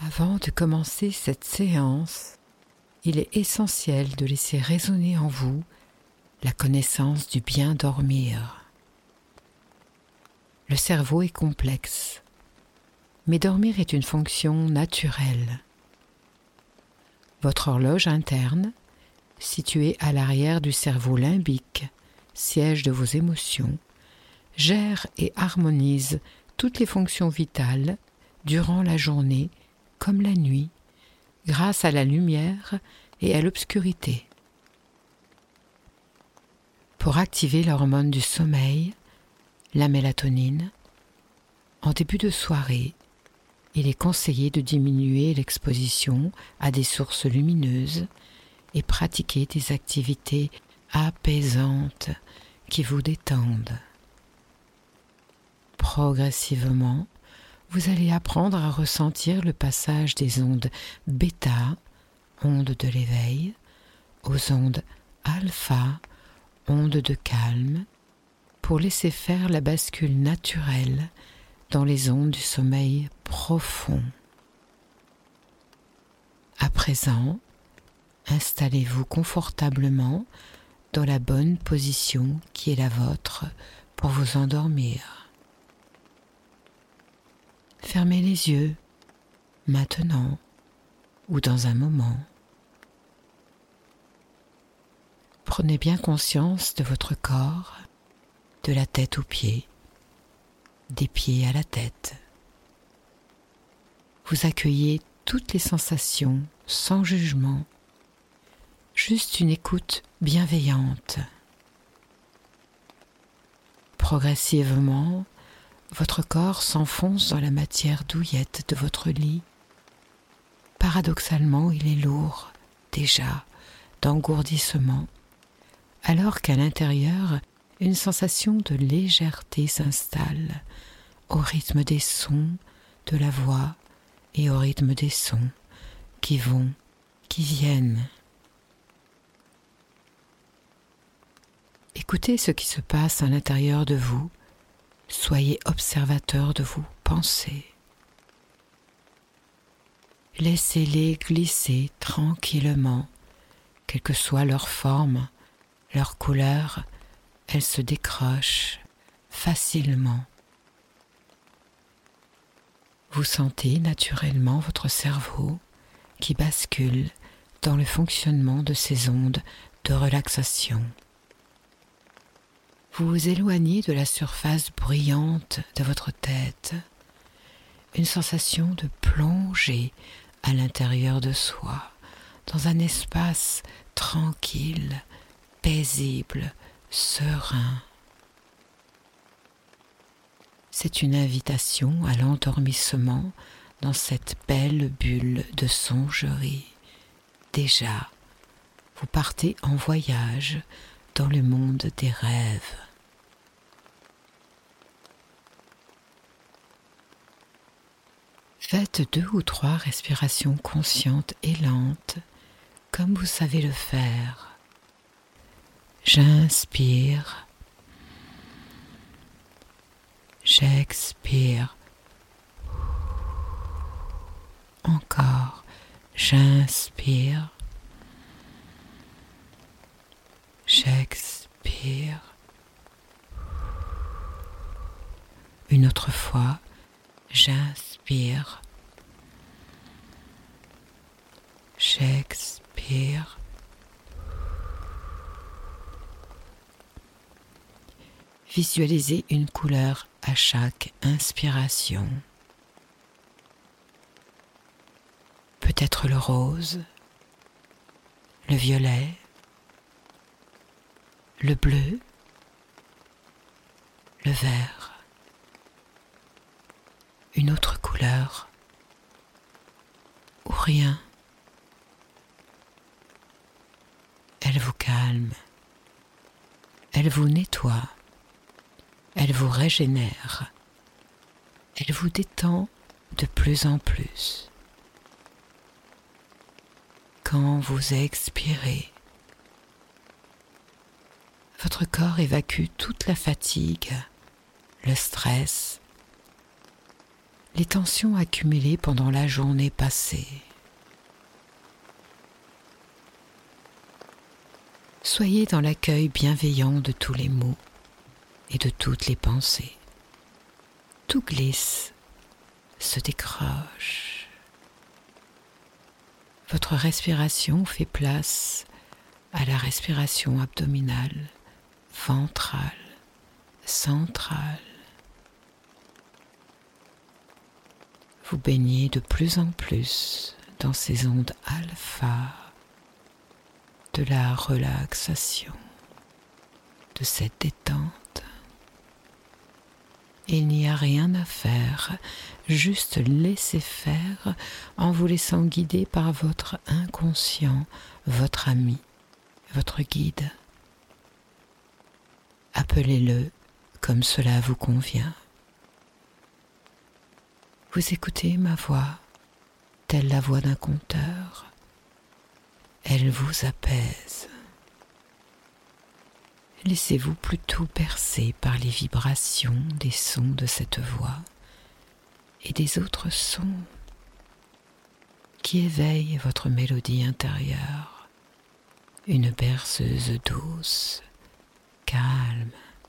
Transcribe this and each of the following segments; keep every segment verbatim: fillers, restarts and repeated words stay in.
Avant de commencer cette séance, il est essentiel de laisser résonner en vous la connaissance du bien dormir. Le cerveau est complexe, mais dormir est une fonction naturelle. Votre horloge interne, située à l'arrière du cerveau limbique, siège de vos émotions, gère et harmonise toutes les fonctions vitales durant la journée comme la nuit, grâce à la lumière et à l'obscurité. Pour activer l'hormone du sommeil, la mélatonine, en début de soirée, il est conseillé de diminuer l'exposition à des sources lumineuses et pratiquer des activités apaisantes qui vous détendent. Progressivement, vous allez apprendre à ressentir le passage des ondes bêta, ondes de l'éveil, aux ondes alpha, ondes de calme, pour laisser faire la bascule naturelle dans les ondes du sommeil profond. À présent, installez-vous confortablement dans la bonne position qui est la vôtre pour vous endormir. Fermez les yeux, maintenant ou dans un moment. Prenez bien conscience de votre corps, de la tête aux pieds, des pieds à la tête. Vous accueillez toutes les sensations sans jugement, juste une écoute bienveillante. Progressivement, votre corps s'enfonce dans la matière douillette de votre lit. Paradoxalement, il est lourd, déjà, d'engourdissement, alors qu'à l'intérieur, une sensation de légèreté s'installe, au rythme des sons de la voix et au rythme des sons qui vont, qui viennent. Écoutez ce qui se passe à l'intérieur de vous. Soyez observateur de vos pensées. Laissez-les glisser tranquillement, quelle que soit leur forme, leur couleur, elles se décrochent facilement. Vous sentez naturellement votre cerveau qui bascule dans le fonctionnement de ces ondes de relaxation. Vous vous éloignez de la surface bruyante de votre tête, une sensation de plonger à l'intérieur de soi, dans un espace tranquille, paisible, serein. C'est une invitation à l'endormissement dans cette belle bulle de songerie. Déjà, vous partez en voyage dans le monde des rêves. Faites deux ou trois respirations conscientes et lentes, comme vous savez le faire. J'inspire. J'expire. Encore. J'inspire. J'expire. Une autre fois, j'inspire. J'expire. Visualisez une couleur à chaque inspiration. Peut-être le rose, le violet, le bleu, le vert, une autre couleur, ou rien. Elle vous calme, elle vous nettoie, elle vous régénère, elle vous détend de plus en plus. Quand vous expirez, votre corps évacue toute la fatigue, le stress, les tensions accumulées pendant la journée passée. Soyez dans l'accueil bienveillant de tous les mots et de toutes les pensées. Tout glisse, se décroche. Votre respiration fait place à la respiration abdominale, ventrale, centrale. Vous baignez de plus en plus dans ces ondes alpha de la relaxation, de cette détente. Il n'y a rien à faire, juste laisser faire en vous laissant guider par votre inconscient, votre ami, votre guide. Appelez-le comme cela vous convient. Vous écoutez ma voix, telle la voix d'un conteur. Elle vous apaise. Laissez-vous plutôt bercer par les vibrations des sons de cette voix et des autres sons qui éveillent votre mélodie intérieure, une berceuse douce, calme.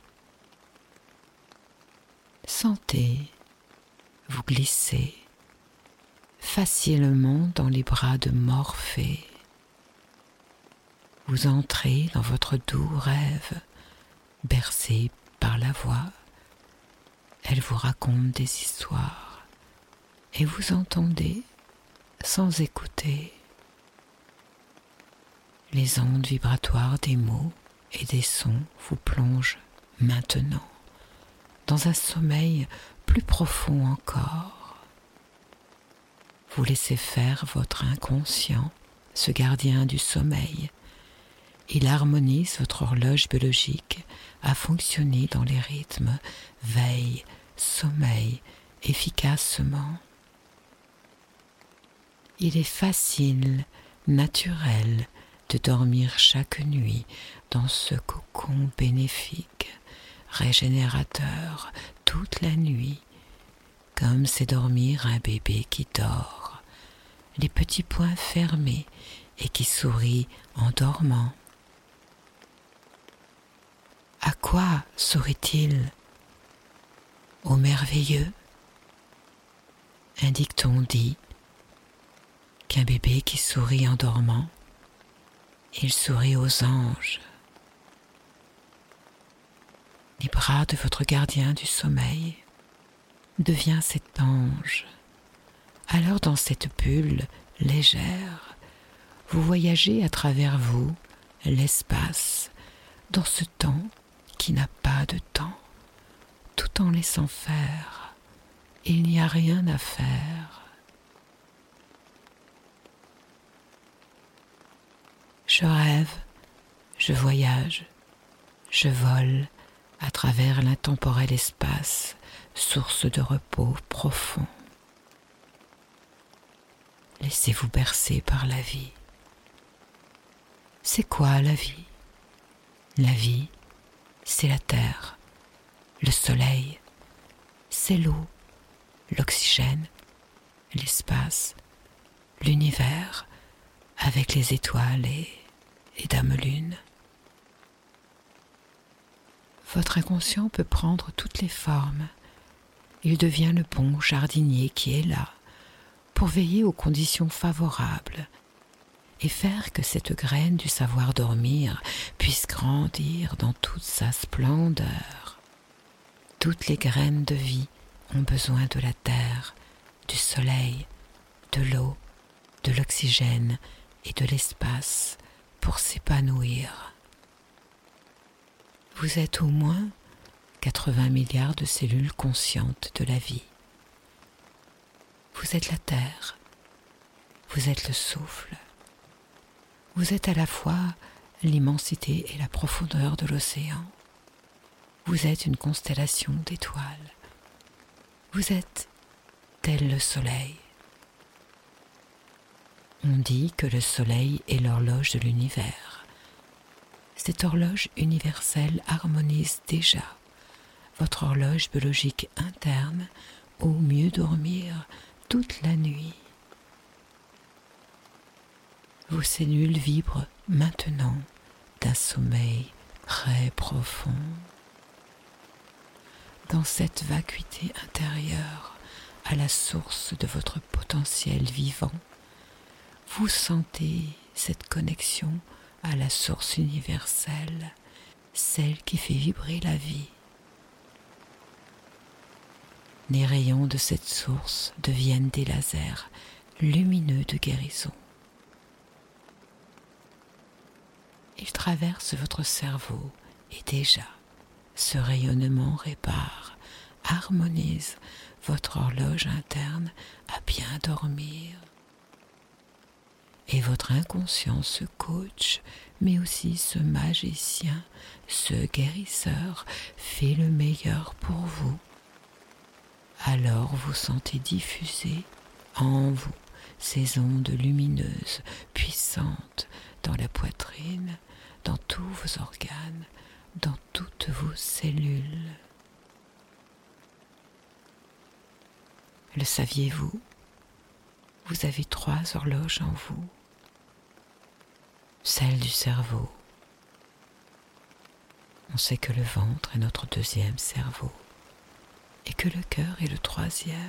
Sentez vous glisser facilement dans les bras de Morphée. Vous entrez dans votre doux rêve, bercé par la voix. Elle vous raconte des histoires et vous entendez sans écouter. Les ondes vibratoires des mots et des sons vous plongent maintenant dans un sommeil plus profond encore. Vous laissez faire votre inconscient, ce gardien du sommeil. Il harmonise votre horloge biologique à fonctionner dans les rythmes veille, sommeil, efficacement. Il est facile, naturel de dormir chaque nuit dans ce cocon bénéfique, régénérateur toute la nuit, comme c'est dormir un bébé qui dort, les petits poings fermés et qui sourit en dormant. À quoi sourit-il? Au merveilleux. Un dicton dit qu'un bébé qui sourit en dormant, il sourit aux anges. Les bras de votre gardien du sommeil devient cet ange. Alors dans cette bulle légère, vous voyagez à travers vous l'espace, dans ce temps qui n'a pas de temps, tout en laissant faire. Il n'y a rien à faire. Je rêve, je voyage, je vole à travers l'intemporel espace, source de repos profond. Laissez-vous bercer par la vie. C'est quoi la vie? La vie, c'est la terre, le soleil, c'est l'eau, l'oxygène, l'espace, l'univers, avec les étoiles et les dames-lunes. Votre inconscient peut prendre toutes les formes. Il devient le bon jardinier qui est là pour veiller aux conditions favorables et faire que cette graine du savoir dormir puisse grandir dans toute sa splendeur. Toutes les graines de vie ont besoin de la terre, du soleil, de l'eau, de l'oxygène et de l'espace pour s'épanouir. Vous êtes au moins quatre-vingts milliards de cellules conscientes de la vie. Vous êtes la terre, vous êtes le souffle, vous êtes à la fois l'immensité et la profondeur de l'océan. Vous êtes une constellation d'étoiles. Vous êtes tel le soleil. On dit que le soleil est l'horloge de l'univers. Cette horloge universelle harmonise déjà votre horloge biologique interne ou mieux dormir toute la nuit. Vos cellules vibrent maintenant d'un sommeil très profond. Dans cette vacuité intérieure, à la source de votre potentiel vivant, vous sentez cette connexion à la source universelle, celle qui fait vibrer la vie. Les rayons de cette source deviennent des lasers lumineux de guérison. Ils traversent votre cerveau et déjà, ce rayonnement répare, harmonise votre horloge interne à bien dormir. Et votre inconscient, ce coach, mais aussi ce magicien, ce guérisseur, fait le meilleur pour vous. Alors vous sentez diffuser en vous ces ondes lumineuses, puissantes, dans la poitrine, dans tous vos organes, dans toutes vos cellules. Le saviez-vous ? Vous avez trois horloges en vous. Celle du cerveau. On sait que le ventre est notre deuxième cerveau et que le cœur est le troisième.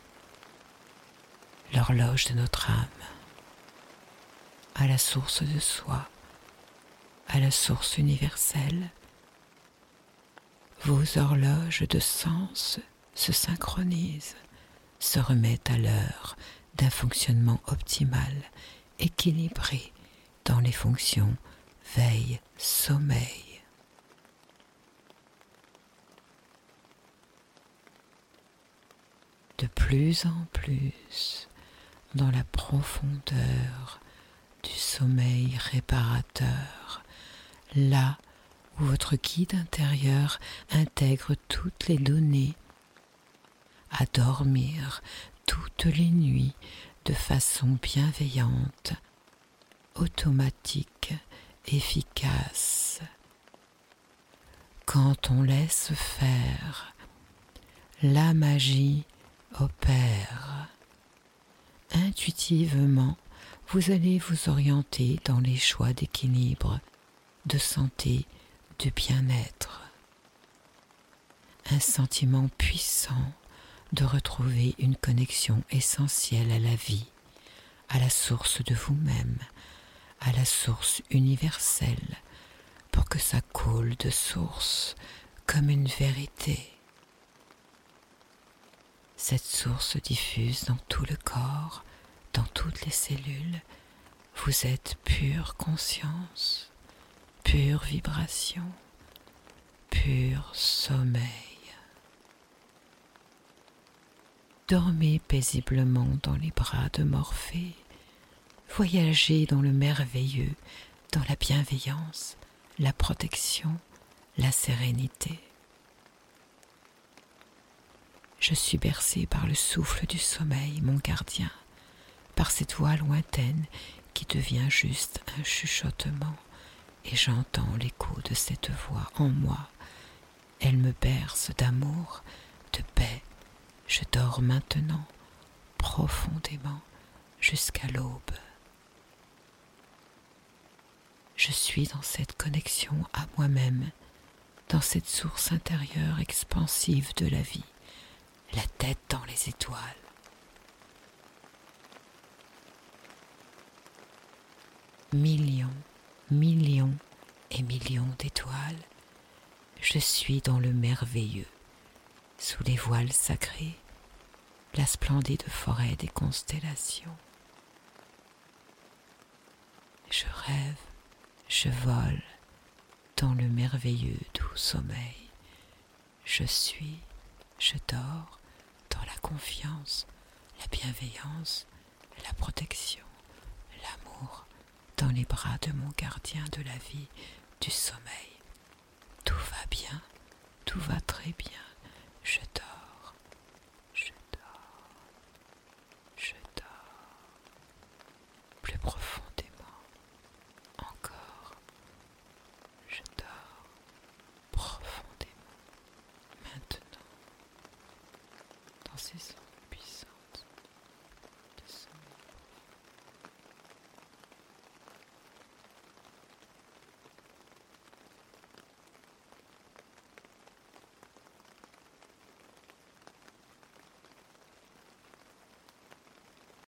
L'horloge de notre âme, à la source de soi, à la source universelle. Vos horloges de sens se synchronisent, se remettent à l'heure d'un fonctionnement optimal, équilibré dans les fonctions veille-sommeil. De plus en plus, dans la profondeur du sommeil réparateur, là où votre guide intérieur intègre toutes les données à dormir toutes les nuits de façon bienveillante, automatique, efficace. Quand on laisse faire, la magie opère. Intuitivement, vous allez vous orienter dans les choix d'équilibre, de santé, de bien-être. Un sentiment puissant de retrouver une connexion essentielle à la vie, à la source de vous-même, à la source universelle, pour que ça coule de source comme une vérité. Cette source diffuse dans tout le corps, dans toutes les cellules. Vous êtes pure conscience, pure vibration, pur sommeil. Dormez paisiblement dans les bras de Morphée. Voyagez dans le merveilleux, dans la bienveillance, la protection, la sérénité. Je suis bercée par le souffle du sommeil, mon gardien, par cette voix lointaine qui devient juste un chuchotement, et j'entends l'écho de cette voix en moi. Elle me berce d'amour, de paix. Je dors maintenant, profondément, jusqu'à l'aube. Je suis dans cette connexion à moi-même, dans cette source intérieure expansive de la vie, la tête dans les étoiles. Millions, millions et millions d'étoiles, je suis dans le merveilleux, sous les voiles sacrés, la splendide forêt des constellations. Je rêve, je vole dans le merveilleux doux sommeil. Je suis, je dors dans la confiance, la bienveillance, la protection, l'amour, dans les bras de mon gardien de la vie, du sommeil. Tout va bien, tout va très bien, je dors.